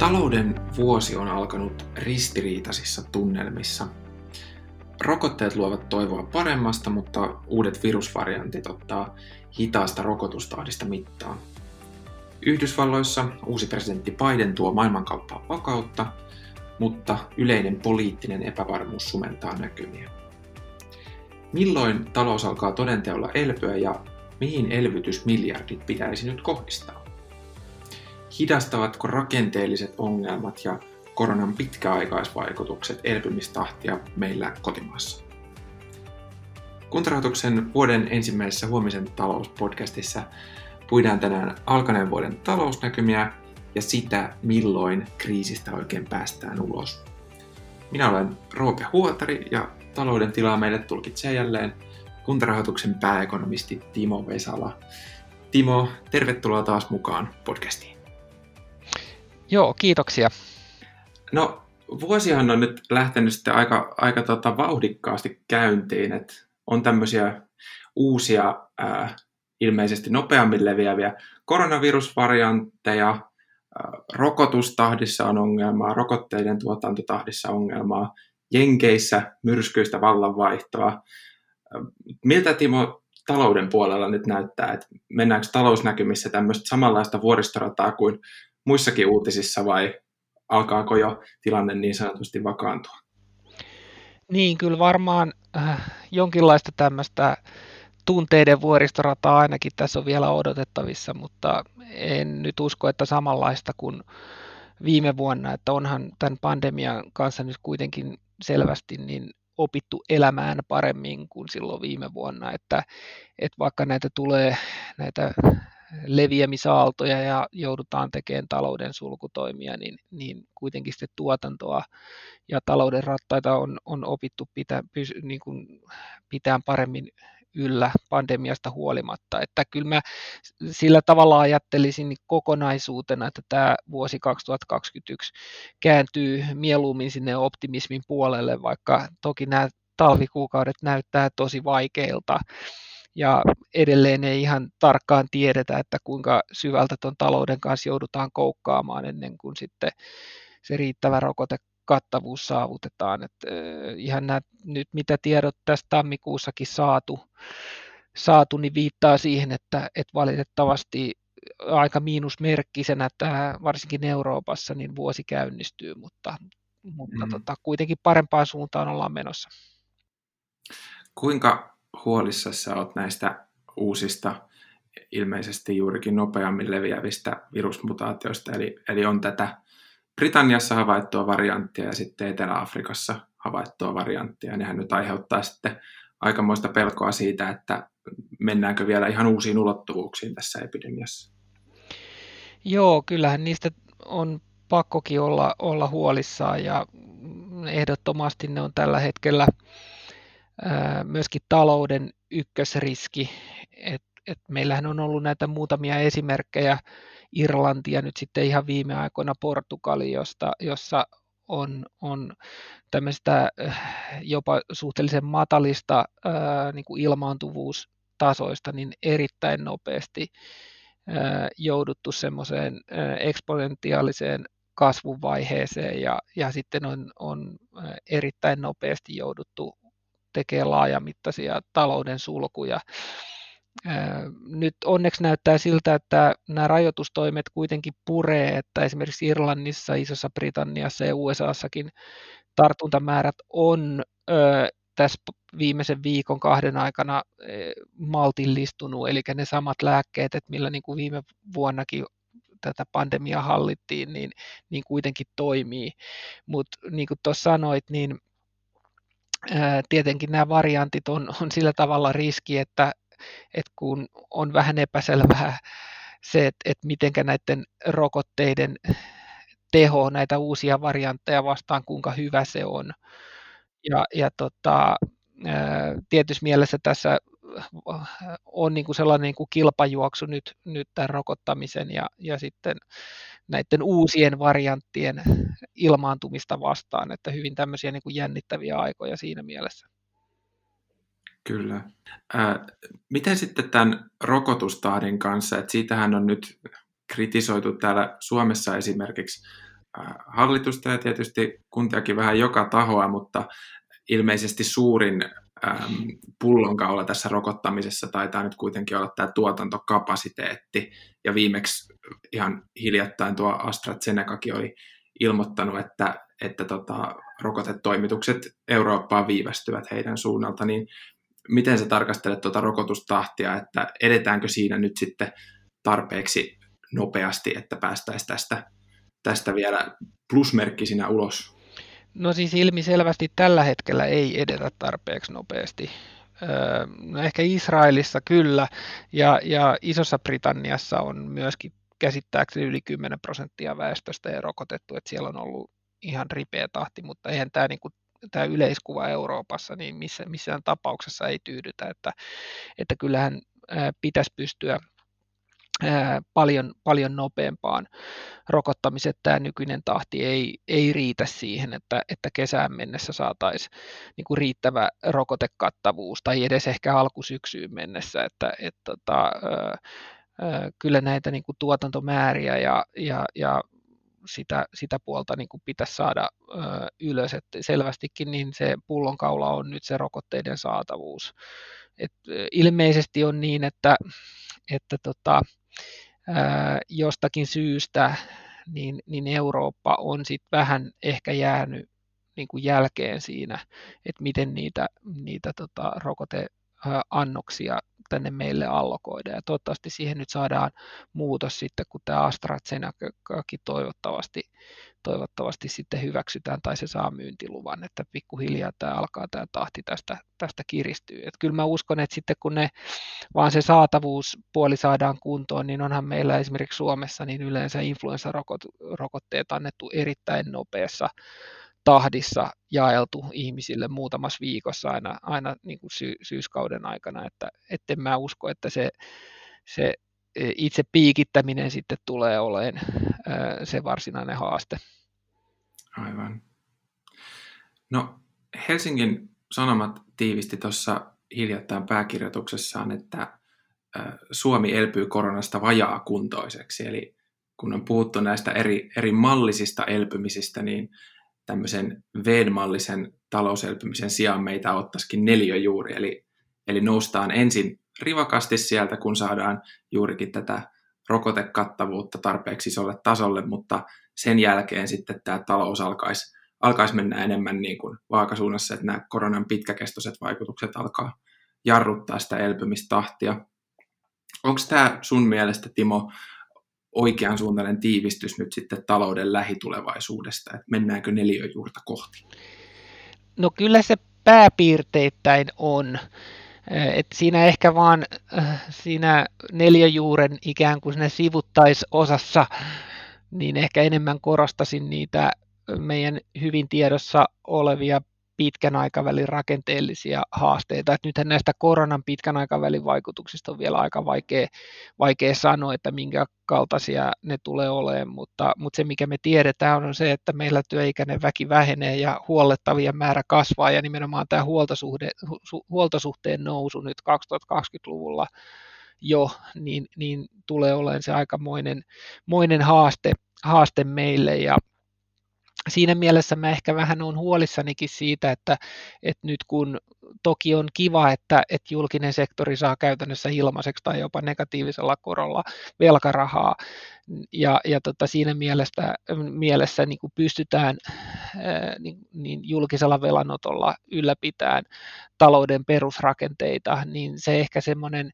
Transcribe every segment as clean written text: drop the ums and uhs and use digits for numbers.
Talouden vuosi on alkanut ristiriitaisissa tunnelmissa. Rokotteet luovat toivoa paremmasta, mutta uudet virusvariantit ottaa hitaasta rokotustahdista mittaa. Yhdysvalloissa uusi presidentti Biden tuo maailmankauppaan vakautta, mutta yleinen poliittinen epävarmuus sumentaa näkymiä. Milloin talous alkaa todenteolla elpyä ja mihin elvytysmiljardit pitäisi nyt kohdistaa? Hidastavatko rakenteelliset ongelmat ja koronan pitkäaikaisvaikutukset elpymistahtia meillä kotimaassa? Kuntarahoituksen vuoden ensimmäisessä Huomisen talouspodcastissa puidaan tänään alkaneen vuoden talousnäkymiä ja sitä, milloin kriisistä oikein päästään ulos. Minä olen Roope Huotari ja talouden tilaa meille tulkitsee jälleen Kuntarahoituksen pääekonomisti Timo Vesala. Timo, tervetuloa taas mukaan podcastiin. Joo, kiitoksia. No, vuosihan on nyt lähtenyt sitten aika vauhdikkaasti käyntiin, että on tämmöisiä uusia, ilmeisesti nopeammin leviäviä koronavirusvariantteja, rokotustahdissa on ongelmaa, rokotteiden tuotantotahdissa ongelmaa, Jenkeissä myrskyistä vallanvaihtoa. Miltä, Timo, talouden puolella nyt näyttää, että mennäänkö talousnäkymissä tämmöistä samanlaista vuoristorataa kuin muissakin uutisissa vai alkaako jo tilanne niin sanotusti vakaantua? Niin, kyllä varmaan jonkinlaista tämmöistä tunteiden vuoristorataa ainakin tässä on vielä odotettavissa, mutta en nyt usko, että samanlaista kuin viime vuonna, että onhan tämän pandemian kanssa nyt kuitenkin selvästi niin opittu elämään paremmin kuin silloin viime vuonna, että vaikka näitä tulee näitä leviämisaaltoja ja joudutaan tekemään talouden sulkutoimia, niin kuitenkin sitten tuotantoa ja talouden rattaita on opittu pitää paremmin yllä pandemiasta huolimatta. Että kyllä mä sillä tavalla ajattelisin kokonaisuutena, että tämä vuosi 2021 kääntyy mieluummin sinne optimismin puolelle, vaikka toki nämä talvikuukaudet näyttää tosi vaikeilta. Ja edelleen ei ihan tarkkaan tiedetä, että kuinka syvältä tuon talouden kanssa joudutaan koukkaamaan ennen kuin sitten se riittävä rokotekattavuus saavutetaan. Että ihan nämä, nyt mitä tiedot tästä tammikuussakin saatu niin viittaa siihen, että valitettavasti aika miinusmerkkisenä, että varsinkin Euroopassa niin vuosi käynnistyy, mutta kuitenkin parempaan suuntaan ollaan menossa. Kuinka huolissasi sä oot näistä uusista, ilmeisesti juurikin nopeammin leviävistä virusmutaatioista, eli on tätä Britanniassa havaittua varianttia ja sitten Etelä-Afrikassa havaittua varianttia, ja nehän nyt aiheuttaa sitten aikamoista pelkoa siitä, että mennäänkö vielä ihan uusiin ulottuvuuksiin tässä epidemiassa. Joo, kyllähän niistä on pakkokin olla huolissaan, ja ehdottomasti ne on tällä hetkellä myöskin talouden ykkösriski, että meillähän on ollut näitä muutamia esimerkkejä, Irlantia nyt sitten ihan viime aikoina Portugali, jossa on tämmöistä jopa suhteellisen matalista niin kuin ilmaantuvuustasoista niin erittäin nopeasti jouduttu semmoiseen eksponentiaaliseen kasvuvaiheeseen ja sitten on erittäin nopeasti jouduttu tekee laajamittaisia talouden sulkuja. Nyt onneksi näyttää siltä, että nämä rajoitustoimet kuitenkin puree, että esimerkiksi Irlannissa, Isossa Britanniassa ja USAssakin tartuntamäärät on tässä viimeisen viikon kahden aikana maltillistunut, eli ne samat lääkkeet, että millä niin kuin viime vuonnakin tätä pandemiaa hallittiin, niin kuitenkin toimii. Mutta niin kuin tuossa sanoit, niin tietenkin nämä variantit on sillä tavalla riski, että kun on vähän epäselvää se, että mitenkä näiden rokotteiden teho näitä uusia variantteja vastaan, kuinka hyvä se on. Ja tietyssä mielessä tässä on niin kuin sellainen niin kuin kilpajuoksu nyt tämän rokottamisen ja sitten näiden uusien varianttien ilmaantumista vastaan, että hyvin tämmöisiä niin kuin jännittäviä aikoja siinä mielessä. Kyllä. Miten sitten tämän rokotustahdin kanssa, että siitähän on nyt kritisoitu täällä Suomessa esimerkiksi hallitusta ja tietysti kuntiakin vähän joka tahoa, mutta ilmeisesti suurin pullonkaula tässä rokottamisessa taitaa nyt kuitenkin olla tämä tuotantokapasiteetti, ja viimeksi ihan hiljattain tuo AstraZenecakin oli ilmoittanut, että rokotetoimitukset Eurooppaan viivästyvät heidän suunnalta, niin miten sä tarkastelet tuota rokotustahtia, että edetäänkö siinä nyt sitten tarpeeksi nopeasti, että päästäisiin tästä vielä plusmerkkisinä ulos? No siis ilmiselvästi tällä hetkellä ei edetä tarpeeksi nopeasti. No ehkä Israelissa kyllä, ja Isossa Britanniassa on myöskin käsittääkseni yli 10% väestöstä ja rokotettu, että siellä on ollut ihan ripeä tahti, mutta eihän tämä niin tämä yleiskuva Euroopassa niin missään tapauksessa ei tyydytä, että kyllähän pitäisi pystyä paljon nopeampaan rokottamiseen. Tämä nykyinen tahti ei riitä siihen, että kesään mennessä saataisiin niin kuin riittävä rokotekattavuus tai edes ehkä alkusyksyyn mennessä, kyllä näitä niin kuin tuotantomääriä ja sitä puolta niin kuin pitäisi saada ylös, että selvästikin niin se pullonkaula on nyt se rokotteiden saatavuus. Ilmeisesti on niin, että jostakin syystä niin Eurooppa on sitten vähän ehkä jäänyt niin kuin jälkeen siinä, että miten niitä rokoteannoksia tänne meille allokoidaan. Ja toivottavasti siihen nyt saadaan muutos sitten, kun tämä AstraZenecakin toivottavasti sitten hyväksytään tai se saa myyntiluvan, että pikkuhiljaa tämä tahti tästä kiristyy. Että kyllä mä uskon, että sitten kun vaan se saatavuuspuoli saadaan kuntoon, niin onhan meillä esimerkiksi Suomessa niin yleensä influenssarokotteet annettu erittäin nopeassa tahdissa jaeltu ihmisille muutamassa viikossa aina niin kuin syyskauden aikana, että en mä usko, että se itse piikittäminen sitten tulee olemaan se varsinainen haaste. Aivan. No, Helsingin Sanomat tiivisti tuossa hiljattain pääkirjoituksessaan, että Suomi elpyy koronasta vajaakuntoiseksi, eli kun on puhuttu näistä eri mallisista elpymisistä, niin tämmöisen V-mallisen talouselpymisen sijaan meitä ottaisikin neliöjuuri, eli noustaan ensin rivakasti sieltä, kun saadaan juurikin tätä rokotekattavuutta tarpeeksi isolle tasolle, mutta sen jälkeen sitten tämä talous alkaisi mennä enemmän niin kuin vaakasuunnassa, että nämä koronan pitkäkestoiset vaikutukset alkaa jarruttaa sitä elpymistahtia. Onko tämä sun mielestä, Timo, oikeansuuntainen tiivistys nyt sitten talouden lähitulevaisuudesta, että mennäänkö neliöjuurta kohti? No kyllä se pääpiirteittäin on. että siinä ehkä vaan siinä neliöjuuren ikään kuin siinä sivuttaisosassa, niin ehkä enemmän korostasin niitä meidän hyvin tiedossa olevia pitkän aikavälin rakenteellisia haasteita. Että nythän näistä koronan pitkän aikavälin vaikutuksista on vielä aika vaikea sanoa, että minkä kaltaisia ne tulee olemaan, mutta se mikä me tiedetään on se, että meillä työikäinen väki vähenee ja huollettavien määrä kasvaa ja nimenomaan tämä huoltosuhteen nousu nyt 2020-luvulla jo, niin tulee olemaan se aikamoinen haaste meille ja siinä mielessä mä ehkä vähän olen huolissanikin siitä, että nyt kun toki on kiva, että julkinen sektori saa käytännössä ilmaiseksi tai jopa negatiivisella korolla velkarahaa ja siinä mielessä niin kuin pystytään niin julkisella velanotolla ylläpitämään talouden perusrakenteita, niin se ehkä semmoinen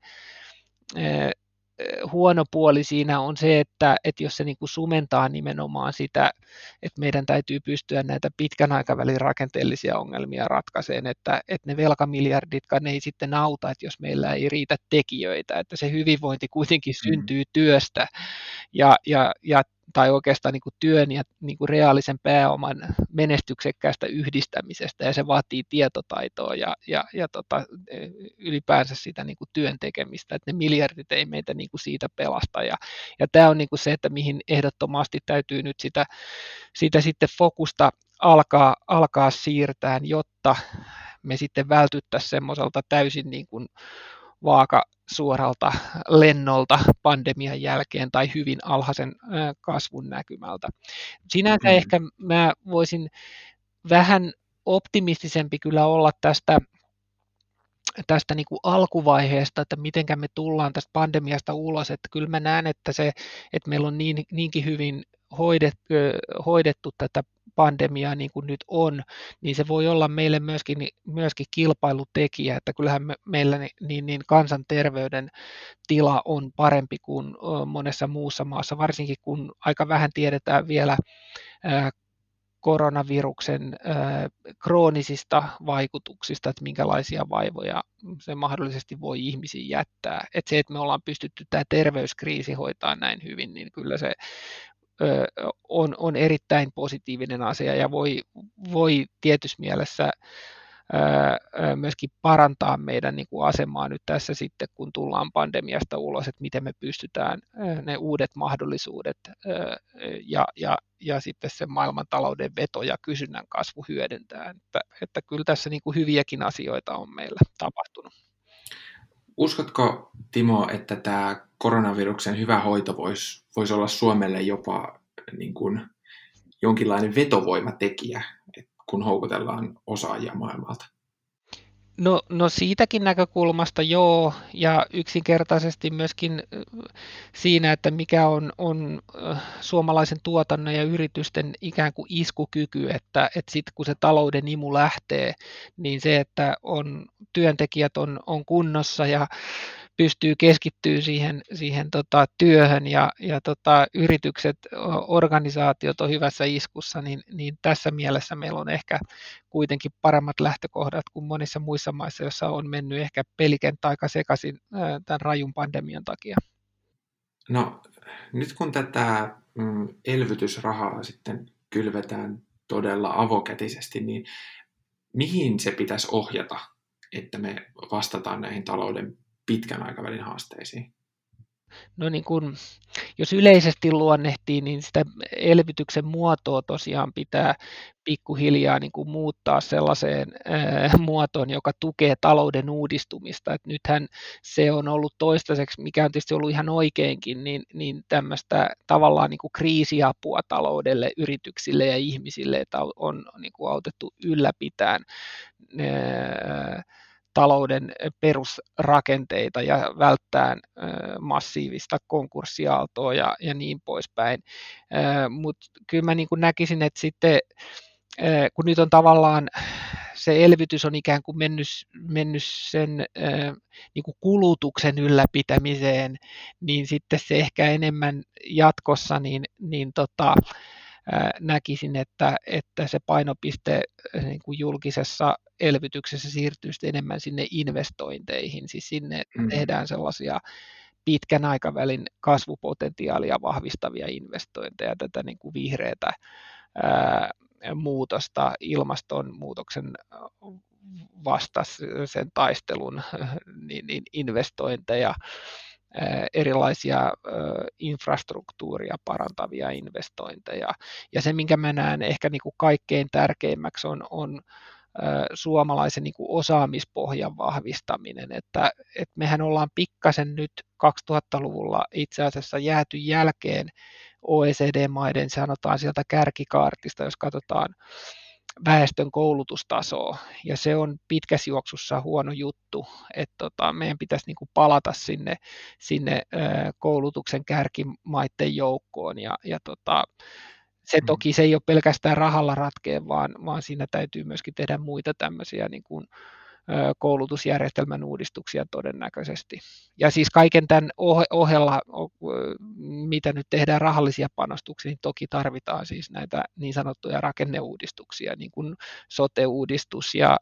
huono puoli siinä on se, että jos se niin kuin sumentaa nimenomaan sitä, että meidän täytyy pystyä näitä pitkän aikavälin rakenteellisia ongelmia ratkaiseen, että ne velkamiljarditkaan ei sitten auta, että jos meillä ei riitä tekijöitä, että se hyvinvointi kuitenkin syntyy työstä tai oikeastaan niin kuin työn ja niin kuin reaalisen pääoman menestyksekkäästä yhdistämisestä, ja se vaatii tietotaitoa ja ylipäänsä sitä niin kuin työn tekemistä, että ne miljardit ei meitä niin kuin siitä pelasta, ja tämä on niin kuin se, että mihin ehdottomasti täytyy nyt sitä sitten fokusta alkaa siirtää, jotta me sitten vältyttäisiin semmoiselta täysin niin kuin vaaka suoralta lennolta pandemian jälkeen tai hyvin alhaisen kasvun näkymältä. Sinänsä ehkä mä voisin vähän optimistisempi kyllä olla tästä niin kuin alkuvaiheesta, että mitenkä me tullaan tästä pandemiasta ulos, että kyllä mä näen, että meillä on niinkin hyvin hoidettu tätä pandemiaa niin kuin nyt on, niin se voi olla meille myöskin kilpailutekijä, että kyllähän meillä niin kansanterveyden tila on parempi kuin monessa muussa maassa, varsinkin kun aika vähän tiedetään vielä koronaviruksen kroonisista vaikutuksista, että minkälaisia vaivoja se mahdollisesti voi ihmisiin jättää. Että se, että me ollaan pystytty tämä terveyskriisi hoitaa näin hyvin, niin kyllä se on erittäin positiivinen asia ja voi tietyssä mielessä myöskin parantaa meidän niin kuin asemaa nyt tässä sitten, kun tullaan pandemiasta ulos, että miten me pystytään ne uudet mahdollisuudet ja sitten se maailmantalouden veto ja kysynnän kasvu hyödyntämään. Että kyllä tässä niin kuin hyviäkin asioita on meillä tapahtunut. Uskotko, Timo, että tämä koronaviruksen hyvä hoito voisi olla Suomelle jopa niin kuin jonkinlainen vetovoimatekijä, kun houkutellaan osaajia maailmalta? No siitäkin näkökulmasta joo, ja yksinkertaisesti myöskin siinä, että mikä on suomalaisen tuotannon ja yritysten ikään kuin iskukyky, että sitten kun se talouden imu lähtee, niin se, että työntekijät on kunnossa ja pystyy keskittyä siihen työhön ja yritykset, organisaatiot on hyvässä iskussa, niin tässä mielessä meillä on ehkä kuitenkin paremmat lähtökohdat kuin monissa muissa maissa, joissa on mennyt ehkä pelikenttä aika sekaisin tämän rajun pandemian takia. No nyt kun tätä elvytysrahaa sitten kylvetään todella avokätisesti, niin mihin se pitäisi ohjata, että me vastataan näihin talouden pitkän aikavälin haasteisiin? No niin kuin, jos yleisesti luonnehtii, niin sitä elvytyksen muotoa tosiaan pitää pikkuhiljaa niin kuin muuttaa sellaiseen muotoon, joka tukee talouden uudistumista. Et nythän se on ollut toistaiseksi, mikä on tietysti ollut ihan oikeinkin, niin tämmöistä tavallaan niin kuin kriisiapua taloudelle, yrityksille ja ihmisille, että on niin kuin autettu ylläpitämään talouden perusrakenteita ja välttää massiivista konkurssiaaltoa ja niin poispäin. Mutta kyllä mä niin kuin näkisin, että sitten kun nyt on tavallaan se elvytys on ikään kuin mennyt sen niin kuin kulutuksen ylläpitämiseen, niin sitten se ehkä enemmän jatkossa näkisin, että se painopiste niin kuin julkisessa elvytyksessä siirtyy enemmän sinne investointeihin, siis sinne, että tehdään sellaisia pitkän aikavälin kasvupotentiaalia vahvistavia investointeja, tätä niin kuin vihreätä muutosta, ilmastonmuutoksen vastaisen taistelun niin investointeja, erilaisia infrastruktuuria parantavia investointeja. Ja se, minkä mä näen ehkä niin kuin kaikkein tärkeimmäksi on suomalaisen niin kuin osaamispohjan vahvistaminen, että mehän ollaan pikkasen nyt 2000-luvulla itse asiassa jääty jälkeen OECD-maiden, sanotaan sieltä kärkikaartista, jos katsotaan väestön koulutustasoa, ja se on pitkässä juoksussa huono juttu, että meidän pitäisi niin kuin palata sinne koulutuksen kärkimaiden joukkoon, ja se toki se ei ole pelkästään rahalla ratkea, vaan siinä täytyy myöskin tehdä muita tämmöisiä niin kuin koulutusjärjestelmän uudistuksia todennäköisesti. Ja siis kaiken tämän ohella, mitä nyt tehdään rahallisia panostuksia, niin toki tarvitaan siis näitä niin sanottuja rakenneuudistuksia, niin kuin sote-uudistus ja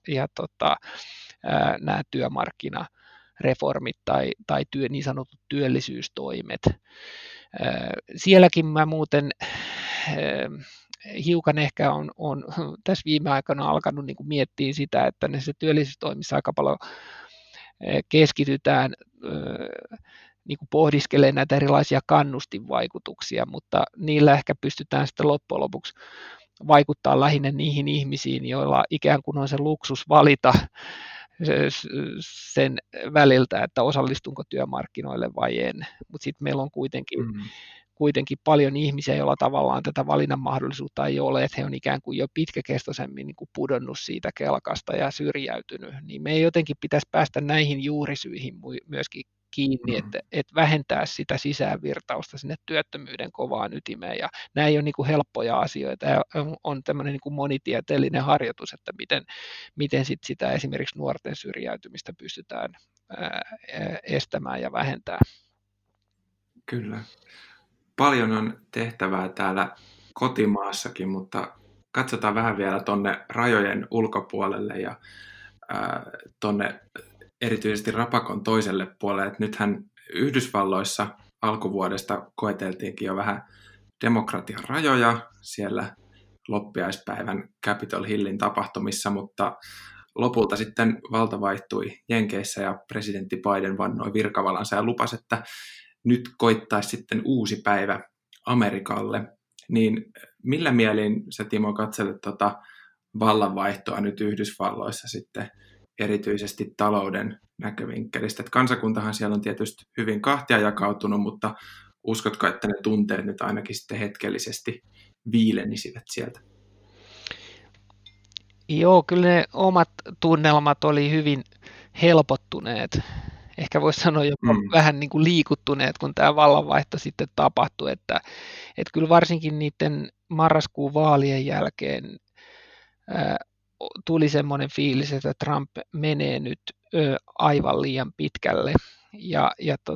nämä työmarkkinareformit tai niin sanotut työllisyystoimet. Sielläkin mä muuten hiukan ehkä on tässä viime aikana alkanut niin kuin miettiä sitä, että näissä työllisyystoimissa aika paljon keskitytään niin kuin pohdiskelemaan näitä erilaisia kannustinvaikutuksia, mutta niillä ehkä pystytään sitten loppujen lopuksi vaikuttaa lähinnä niihin ihmisiin, joilla ikään kuin on se luksus valita sen väliltä, että osallistunko työmarkkinoille vai en. Mutta sitten meillä on kuitenkin paljon ihmisiä, joilla tavallaan tätä valinnan mahdollisuutta ei ole, että he on ikään kuin jo pitkäkestoisemmin niin kuin pudonnut siitä kelkasta ja syrjäytynyt, niin me ei jotenkin pitäisi päästä näihin juurisyihin myöskin kiinni, että vähentää sitä sisäänvirtausta sinne työttömyyden kovaan ytimeen, ja nämä ei ole niin kuin helppoja asioita, ja on tämmöinen niin kuin monitieteellinen harjoitus, että miten sit sitä esimerkiksi nuorten syrjäytymistä pystytään estämään ja vähentämään. Kyllä. Paljon on tehtävää täällä kotimaassakin, mutta katsotaan vähän vielä tuonne rajojen ulkopuolelle ja tuonne erityisesti rapakon toiselle puolelle. Et nythän Yhdysvalloissa alkuvuodesta koeteltiinkin jo vähän demokratian rajoja siellä loppiaispäivän Capitol Hillin tapahtumissa, mutta lopulta sitten valta vaihtui Jenkeissä ja presidentti Biden vannoi virkavalansa ja lupasi, että nyt koittaisi sitten uusi päivä Amerikalle. Niin millä mielin sä, Timo, katselet vallanvaihtoa nyt Yhdysvalloissa sitten erityisesti talouden näkövinkkelistä? Et kansakuntahan siellä on tietysti hyvin kahtia jakautunut, mutta uskotko, että ne tunteet nyt ainakin sitten hetkellisesti viilenisivät sieltä? Joo, kyllä ne omat tunnelmat oli hyvin helpottuneet. Ehkä voisi sanoa jopa vähän niin kuin liikuttuneet, kun tämä vallanvaihto sitten tapahtui. Että kyllä varsinkin niiden marraskuun vaalien jälkeen tuli semmoinen fiilis, että Trump menee nyt aivan liian pitkälle. Ja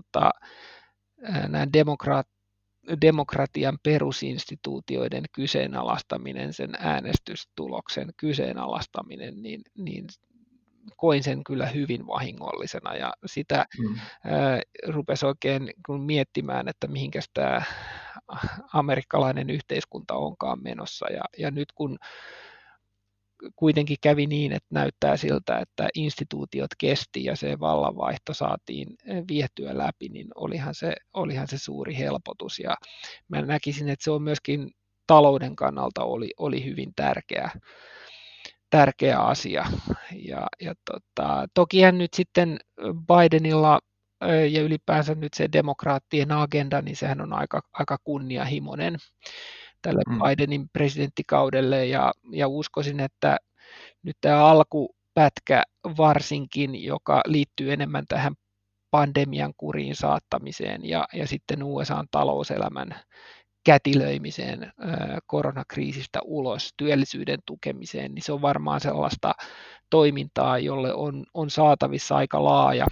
nämä demokratian perusinstituutioiden kyseenalaistaminen, sen äänestystuloksen kyseenalaistaminen, niin koin sen kyllä hyvin vahingollisena, ja sitä rupesi oikein miettimään, että mihinkäs tämä amerikkalainen yhteiskunta onkaan menossa, ja nyt kun kuitenkin kävi niin, että näyttää siltä, että instituutiot kesti ja se vallanvaihto saatiin vietyä läpi, niin olihan se suuri helpotus, ja mä näkisin, että se on myöskin talouden kannalta oli hyvin tärkeä asia. Tokihan nyt sitten Bidenilla ja ylipäänsä nyt se demokraattien agenda, niin sehän on aika kunnianhimoinen tälle Bidenin presidenttikaudelle, ja uskoisin, että nyt tämä alkupätkä varsinkin, joka liittyy enemmän tähän pandemian kuriin saattamiseen ja sitten USA:n talouselämän kätilöimiseen koronakriisistä ulos, työllisyyden tukemiseen, niin se on varmaan sellaista toimintaa, jolle on saatavissa aika laaja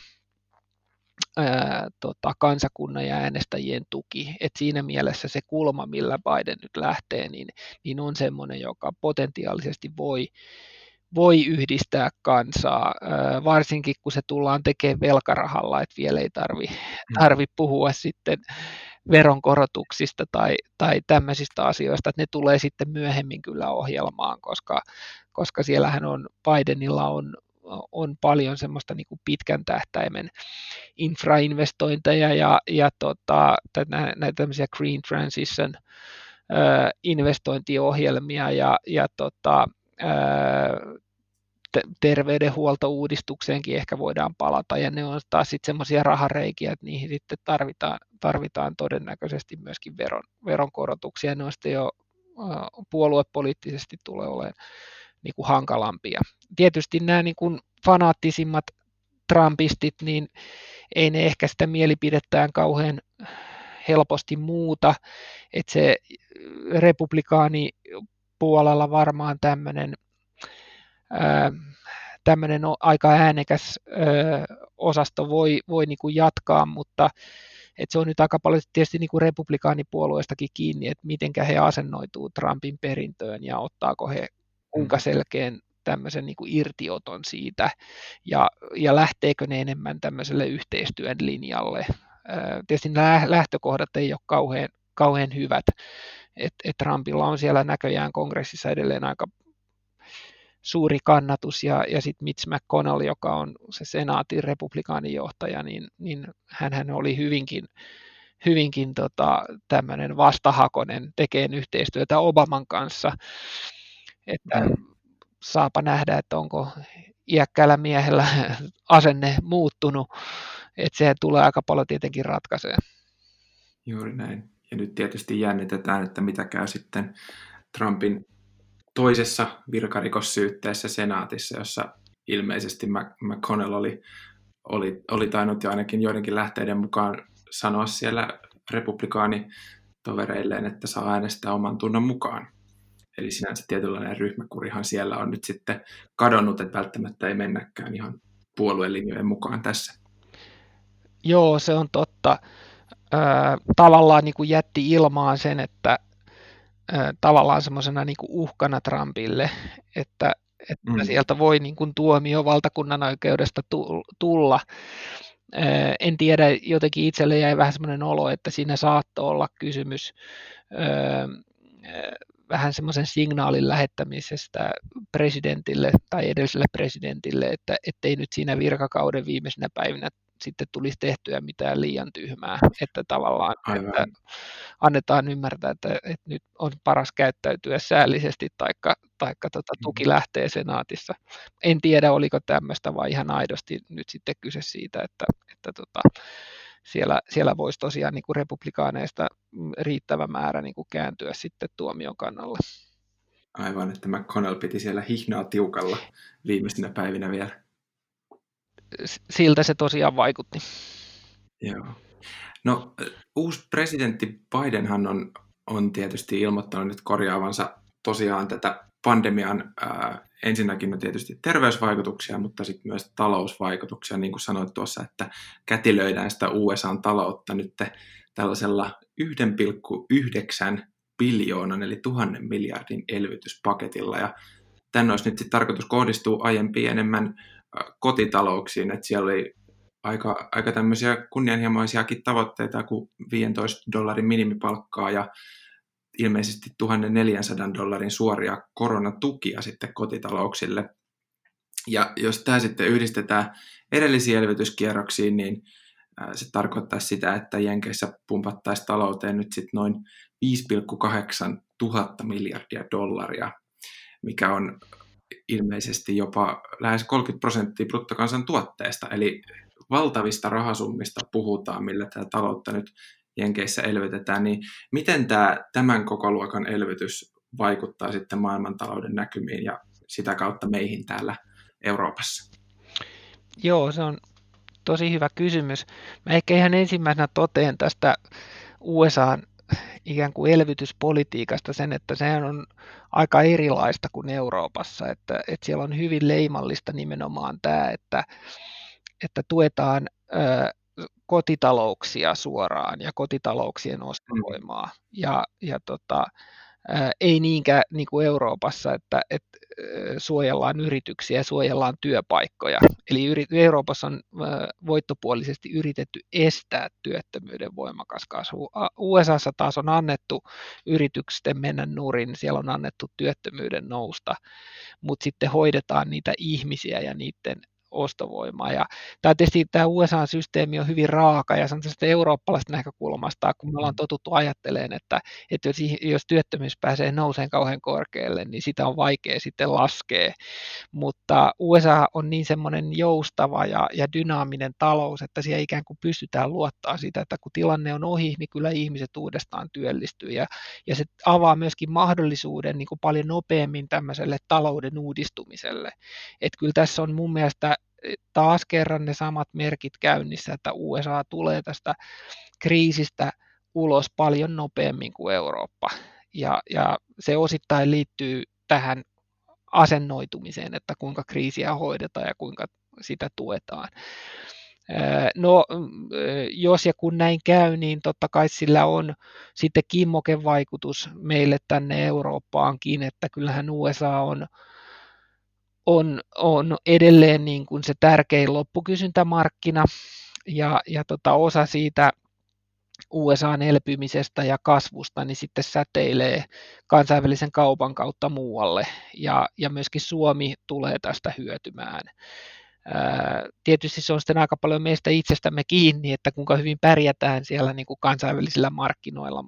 kansakunnan ja äänestäjien tuki. Et siinä mielessä se kulma, millä Biden nyt lähtee, niin on semmoinen, joka potentiaalisesti voi yhdistää kansaa, varsinkin kun se tullaan tekemään velkarahalla, että vielä ei tarvi puhua sitten veronkorotuksista tai tämmöisistä asioista, että ne tulee sitten myöhemmin kyllä ohjelmaan, koska siellähän Bidenilla on paljon semmoista niin kuin pitkän tähtäimen infrainvestointeja ja näitä tämmöisiä green transition investointiohjelmia ja terveydenhuoltouudistukseenkin ehkä voidaan palata, ja ne on taas sitten semmoisia rahareikiä, että niihin sitten tarvitaan todennäköisesti myöskin veronkorotuksia, ne on sitten jo puoluepoliittisesti tulee olemaan niin kuin hankalampia. Tietysti nämä niin kuin fanaattisimmat trumpistit, niin ei ne ehkä sitä mielipidettään kauhean helposti muuta, että se republikaanipuolella varmaan tämmöinen aika äänekäs osasto voi niin kuin jatkaa, mutta että se on nyt aika paljon tietysti niin kuin republikaanipuolueestakin kiinni, että mitenkä he asennoituu Trumpin perintöön ja ottaako he kuinka selkeän tämmöisen niin kuin irtioton siitä ja lähteekö ne enemmän tämmöiselle yhteistyön linjalle. Tietysti nämä lähtökohdat ei ole kauhean hyvät, että Trumpilla on siellä näköjään kongressissa edelleen aika suuri kannatus, ja sitten Mitch McConnell, joka on se senaatin republikaanijohtaja, niin hän oli hyvinkin tämmöinen vastahakoinen tekemään yhteistyötä Obaman kanssa, että saapa nähdä, että iäkkäällä miehellä asenne muuttunut, että se tulee aika paljon tietenkin ratkaisee. Juuri näin. Ja nyt tietysti jännitetään, että mitä käy sitten Trumpin toisessa virkarikossyytteessä senaatissa, jossa ilmeisesti McConnell oli tainnut jo ainakin joidenkin lähteiden mukaan sanoa siellä republikaanitovereilleen, että saa äänestää oman tunnon mukaan. Eli sinänsä tietynlainen ryhmäkurihan siellä on nyt sitten kadonnut, että välttämättä ei mennäkään ihan puoluelinjojen mukaan tässä. Joo, se on totta. Tavallaan niin kuin jätti ilmaan sen, että tavallaan semmoisena niin kuin uhkana Trumpille, että sieltä voi niin kuin tuomio valtakunnan oikeudesta tulla. En tiedä, jotenkin itselle jäi vähän semmoinen olo, että siinä saattoi olla kysymys vähän semmoisen signaalin lähettämisestä presidentille tai edelliselle presidentille, että ettei nyt siinä virkakauden viimeisenä päivinä sitten tulisi tehtyä mitään liian tyhmää, että tavallaan että annetaan ymmärtää, että nyt on paras käyttäytyä säällisesti taikka tuki lähtee senaatissa. En tiedä, oliko tämmöistä vai ihan aidosti nyt sitten kyse siitä, että siellä voisi tosiaan niin kuin republikaaneista riittävä määrä niin kuin kääntyä sitten tuomion kannalla. Aivan, että McConnell piti siellä hihnaa tiukalla viimeisinä päivinä vielä. Siltä se tosiaan vaikutti. Joo. No, uusi presidentti Bidenhan on tietysti ilmoittanut nyt korjaavansa tosiaan tätä pandemian ensinnäkin tietysti terveysvaikutuksia, mutta sitten myös talousvaikutuksia, niin kuin sanoit tuossa, että kätilöidään sitä USA:n taloutta nyt tällaisella 1,9 biljoonan eli 1000 miljardin elvytyspaketilla, ja tämän olisi nyt sitten tarkoitus kohdistua aiempiin enemmän kotitalouksiin, että siellä oli aika tämmöisiä kunnianhimoisiakin tavoitteita kuin $15 minimipalkkaa ja ilmeisesti $1,400 suoria koronatukia sitten kotitalouksille. Ja jos tämä sitten yhdistetään edellisiin elvytyskierroksiin, niin se tarkoittaa sitä, että Jenkeissä pumpattaisiin talouteen nyt sitten noin 5,8 tuhatta miljardia dollaria, mikä on ilmeisesti jopa lähes 30% bruttokansantuotteesta, eli valtavista rahasummista puhutaan, millä tämä taloutta nyt Jenkeissä elvytetään, niin miten tämän kokoluokan elvytys vaikuttaa sitten maailmantalouden näkymiin ja sitä kautta meihin täällä Euroopassa? Joo, se on tosi hyvä kysymys. Mä ehkä ihan ensimmäisenä toteen tästä USA:n ikään kuin elvytyspolitiikasta sen, että sehän on aika erilaista kuin Euroopassa, että siellä on hyvin leimallista nimenomaan tämä, että tuetaan kotitalouksia suoraan ja kotitalouksien ostovoimaa ja ei niinkään niin kuin Euroopassa, että suojellaan yrityksiä ja suojellaan työpaikkoja. Eli Euroopassa on voittopuolisesti yritetty estää työttömyyden voimakas kasvu. USAssa taas on annettu yritysten mennä nurin, siellä on annettu työttömyyden nousta, mutta sitten hoidetaan niitä ihmisiä ja niiden ostovoimaa. Ja tämä USA-systeemi on hyvin raaka ja se on tästä eurooppalaisesta näkökulmasta, kun me ollaan totuttu ajattelemaan, että jos työttömyys pääsee nouseen kauhean korkealle, niin sitä on vaikea sitten laskea. Mutta USA on niin semmoinen joustava ja dynaaminen talous, että siellä ikään kuin pystytään luottaa sitä, että kun tilanne on ohi, niin kyllä ihmiset uudestaan työllistyy. Ja se avaa myöskin mahdollisuuden niin kuin paljon nopeammin tämmöiselle talouden uudistumiselle. Että kyllä tässä on mun mielestä taas kerran ne samat merkit käynnissä, että USA tulee tästä kriisistä ulos paljon nopeammin kuin Eurooppa. Ja se osittain liittyy tähän asennoitumiseen, että kuinka kriisiä hoidetaan ja kuinka sitä tuetaan. No, jos ja kun näin käy, niin totta kai sillä on sitten kimmokevaikutus meille tänne Eurooppaankin, että kyllähän USA on edelleen niin kuin se tärkein loppukysyntämarkkina ja osa siitä USA:n elpymisestä ja kasvusta niin sitten säteilee kansainvälisen kaupan kautta muualle ja myöskin Suomi tulee tästä hyötymään. Tietysti se on sitten aika paljon meistä itsestämme kiinni, että kuinka hyvin pärjätään siellä niin kuin kansainvälisillä markkinoilla,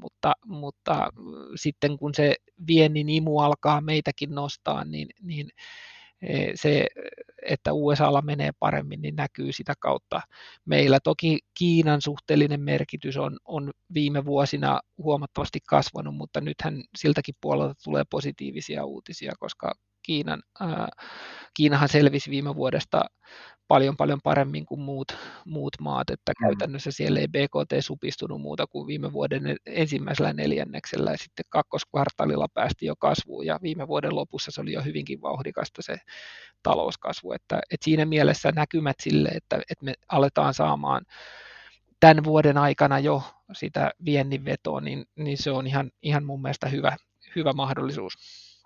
mutta sitten kun se viennin imu alkaa meitäkin nostaa, niin Se, että USAlla menee paremmin, niin näkyy sitä kautta. Meillä toki Kiinan suhteellinen merkitys on viime vuosina huomattavasti kasvanut, mutta nythän siltäkin puolelta tulee positiivisia uutisia, koska Kiinahan selvisi viime vuodesta paljon paremmin kuin muut maat, että käytännössä siellä ei BKT supistunut muuta kuin viime vuoden ensimmäisellä neljänneksellä ja sitten kakkoskvartaalilla päästiin jo kasvuun ja viime vuoden lopussa se oli jo hyvinkin vauhdikasta se talouskasvu, että siinä mielessä näkymät sille, että me aletaan saamaan tämän vuoden aikana jo sitä viennin vetoa, niin se on ihan mun mielestä hyvä mahdollisuus.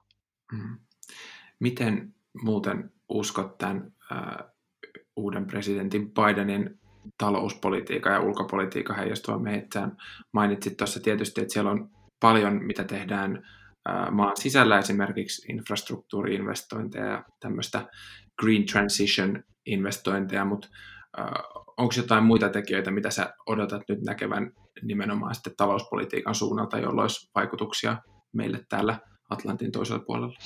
Miten muuten uskot tämän uuden presidentin Bidenin talouspolitiikan ja ulkopolitiikan heijastuvan metsään? Mainitsit tuossa tietysti, että siellä on paljon, mitä tehdään maan sisällä, esimerkiksi infrastruktuuri-investointeja ja tämmöistä green transition-investointeja, mutta onko jotain muita tekijöitä, mitä sä odotat nyt näkevän nimenomaan sitten talouspolitiikan suunnalta, jolla olisi vaikutuksia meille täällä Atlantin toisella puolella?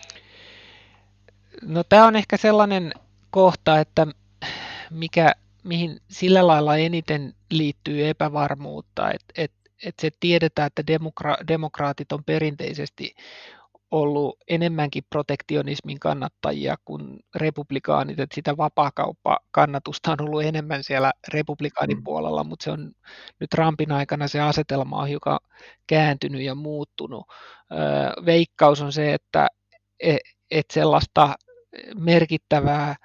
No tämä on ehkä sellainen kohta, että mihin sillä lailla eniten liittyy epävarmuutta, että se tiedetään, että demokraatit on perinteisesti ollut enemmänkin protektionismin kannattajia kuin republikaanit, että sitä vapaakauppakannatusta on ollut enemmän siellä republikaanipuolella, mutta se on nyt Trumpin aikana se asetelma on hiukan kääntynyt ja muuttunut. Veikkaus on se, että sellaista merkittävää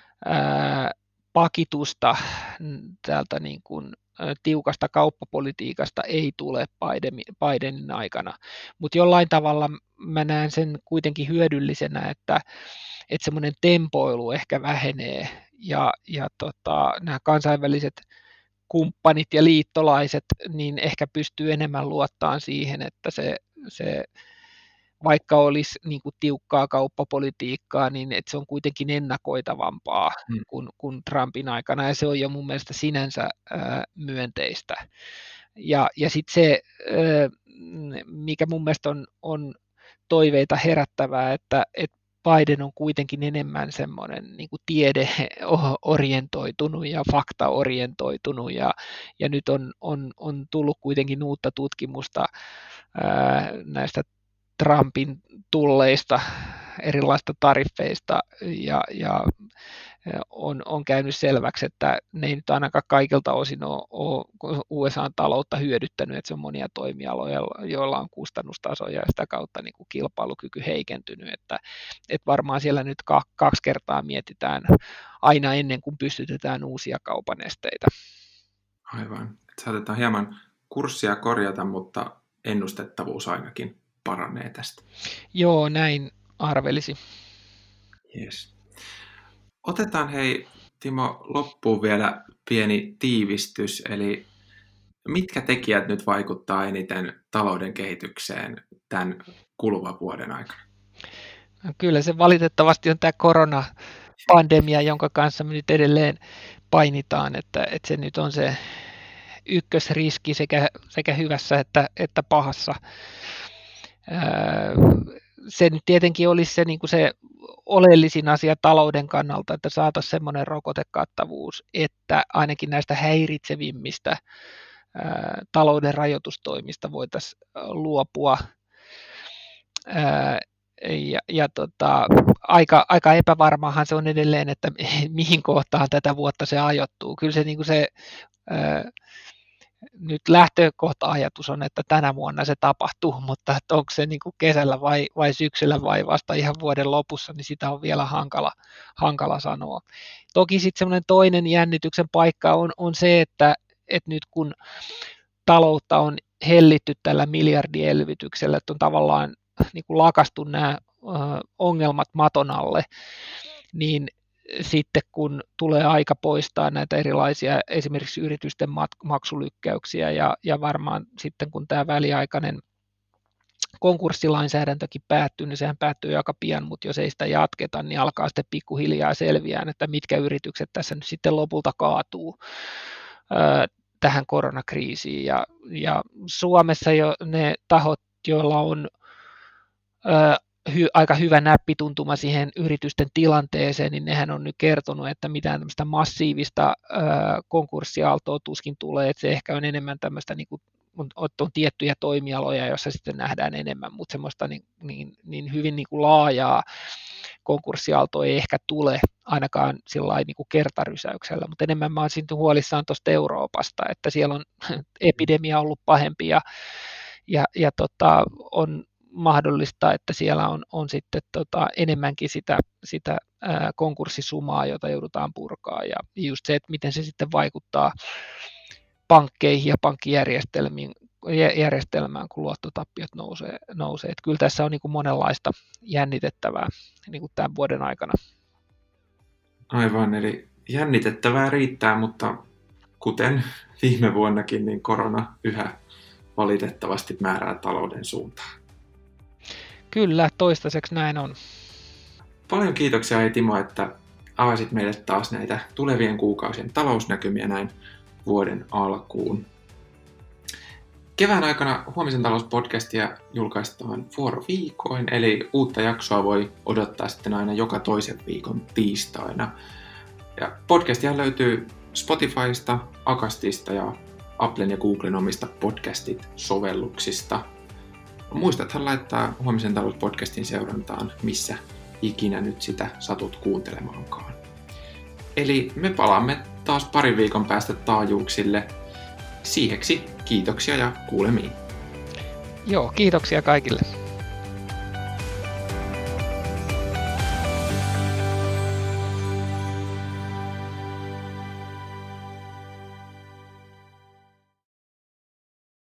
pakitusta täältä niin kuin tiukasta kauppapolitiikasta ei tule Bidenin aikana, mutta jollain tavalla mä näen sen kuitenkin hyödyllisenä, että semmoinen tempoilu ehkä vähenee ja nämä kansainväliset kumppanit ja liittolaiset niin ehkä pystyy enemmän luottamaan siihen, että se vaikka olisi niin kuin tiukkaa kauppapolitiikkaa, niin että se on kuitenkin ennakoitavampaa kuin Trumpin aikana, ja se on jo mun mielestä sinänsä myönteistä. Ja sitten se, mikä mun mielestä on toiveita herättävää, että Biden on kuitenkin enemmän semmoinen niin kuin tiedeorientoitunut ja faktaorientoitunut, ja nyt on tullut kuitenkin uutta tutkimusta näistä Trumpin tulleista erilaista tariffeista ja on käynyt selväksi, että ne ei nyt ainakaan kaikilta osin ole USA:n taloutta hyödyttänyt, että se on monia toimialoja, joilla on kustannustaso ja sitä kautta niin kuin kilpailukyky heikentynyt, että varmaan siellä nyt kaksi kertaa mietitään aina ennen kuin pystytetään uusia kaupan esteitä. Aivan. Saatetaan hieman kurssia korjata, mutta ennustettavuus ainakin paranee tästä. Joo, näin arvelisi. Yes. Otetaan Timo loppuun vielä pieni tiivistys, eli mitkä tekijät nyt vaikuttaa eniten talouden kehitykseen tämän kuluvan vuoden aikana? No, kyllä se valitettavasti on tämä koronapandemia, jonka kanssa me nyt edelleen painitaan, että se nyt on se ykkösriski sekä hyvässä että pahassa. Se nyt tietenkin olisi se, niin kuin se oleellisin asia talouden kannalta, että saataisiin semmoinen rokotekattavuus, että ainakin näistä häiritsevimmistä talouden rajoitustoimista voitaisiin luopua. Aika epävarmaahan se on edelleen, että mihin kohtaan tätä vuotta se ajoittuu. Kyllä se, niin kuin se nyt lähtökohta-ajatus on, että tänä vuonna se tapahtuu, mutta että onko se niin kuin kesällä vai syksyllä vai vasta ihan vuoden lopussa, niin sitä on vielä hankala sanoa. Toki sitten semmoinen toinen jännityksen paikka on se, että nyt kun taloutta on hellitty tällä miljardielvytyksellä, että on tavallaan niin kuin lakastu nämä ongelmat maton alle, niin sitten kun tulee aika poistaa näitä erilaisia esimerkiksi yritysten maksulykkäyksiä ja varmaan sitten kun tämä väliaikainen konkurssilainsäädäntökin päättyy, niin sehän päättyy aika pian, mutta jos ei sitä jatketa, niin alkaa sitten pikkuhiljaa selviää, että mitkä yritykset tässä nyt sitten lopulta kaatuu tähän koronakriisiin. Ja Suomessa jo ne tahot, joilla on aika hyvä näppituntuma siihen yritysten tilanteeseen, niin nehän on nyt kertonut, että mitään tämmöistä massiivista konkurssiaaltoa tuskin tulee, että se ehkä on enemmän tämmöistä niin kuin on tiettyjä toimialoja, joissa sitten nähdään enemmän, mutta semmoista niin hyvin niin kuin laajaa konkurssiaaltoa ei ehkä tule ainakaan sillä niin kuin kertarysäyksellä, mutta enemmän mä olisin huolissaan tuosta Euroopasta, että siellä on epidemia ollut pahempi ja on mahdollista, että siellä on sitten enemmänkin sitä konkurssisumaa, jota joudutaan purkaa ja just se, että miten se sitten vaikuttaa pankkeihin ja pankkijärjestelmään, kun luottotappiot nousee. Että kyllä tässä on niin kuin monenlaista jännitettävää niin kuin tämän vuoden aikana. Aivan, eli jännitettävää riittää, mutta kuten viime vuonnakin, niin korona yhä valitettavasti määrää talouden suuntaan. Kyllä, toistaiseksi näin on. Paljon kiitoksia Timo, että avasit meille taas näitä tulevien kuukausien talousnäkymiä näin vuoden alkuun. Kevään aikana Huomisen talouspodcastia julkaistaan vuoroviikoin, eli uutta jaksoa voi odottaa sitten aina joka toisen viikon tiistaina. Ja podcastia löytyy Spotifysta, Acastista ja Applen ja Googlen omista podcastit-sovelluksista. Muistathan laittaa Huomisen talouspodcastin seurantaan, missä ikinä nyt sitä satut kuuntelemaankaan. Eli me palaamme taas parin viikon päästä taajuuksille. Siiheksi kiitoksia ja kuulemiin. Joo, kiitoksia kaikille.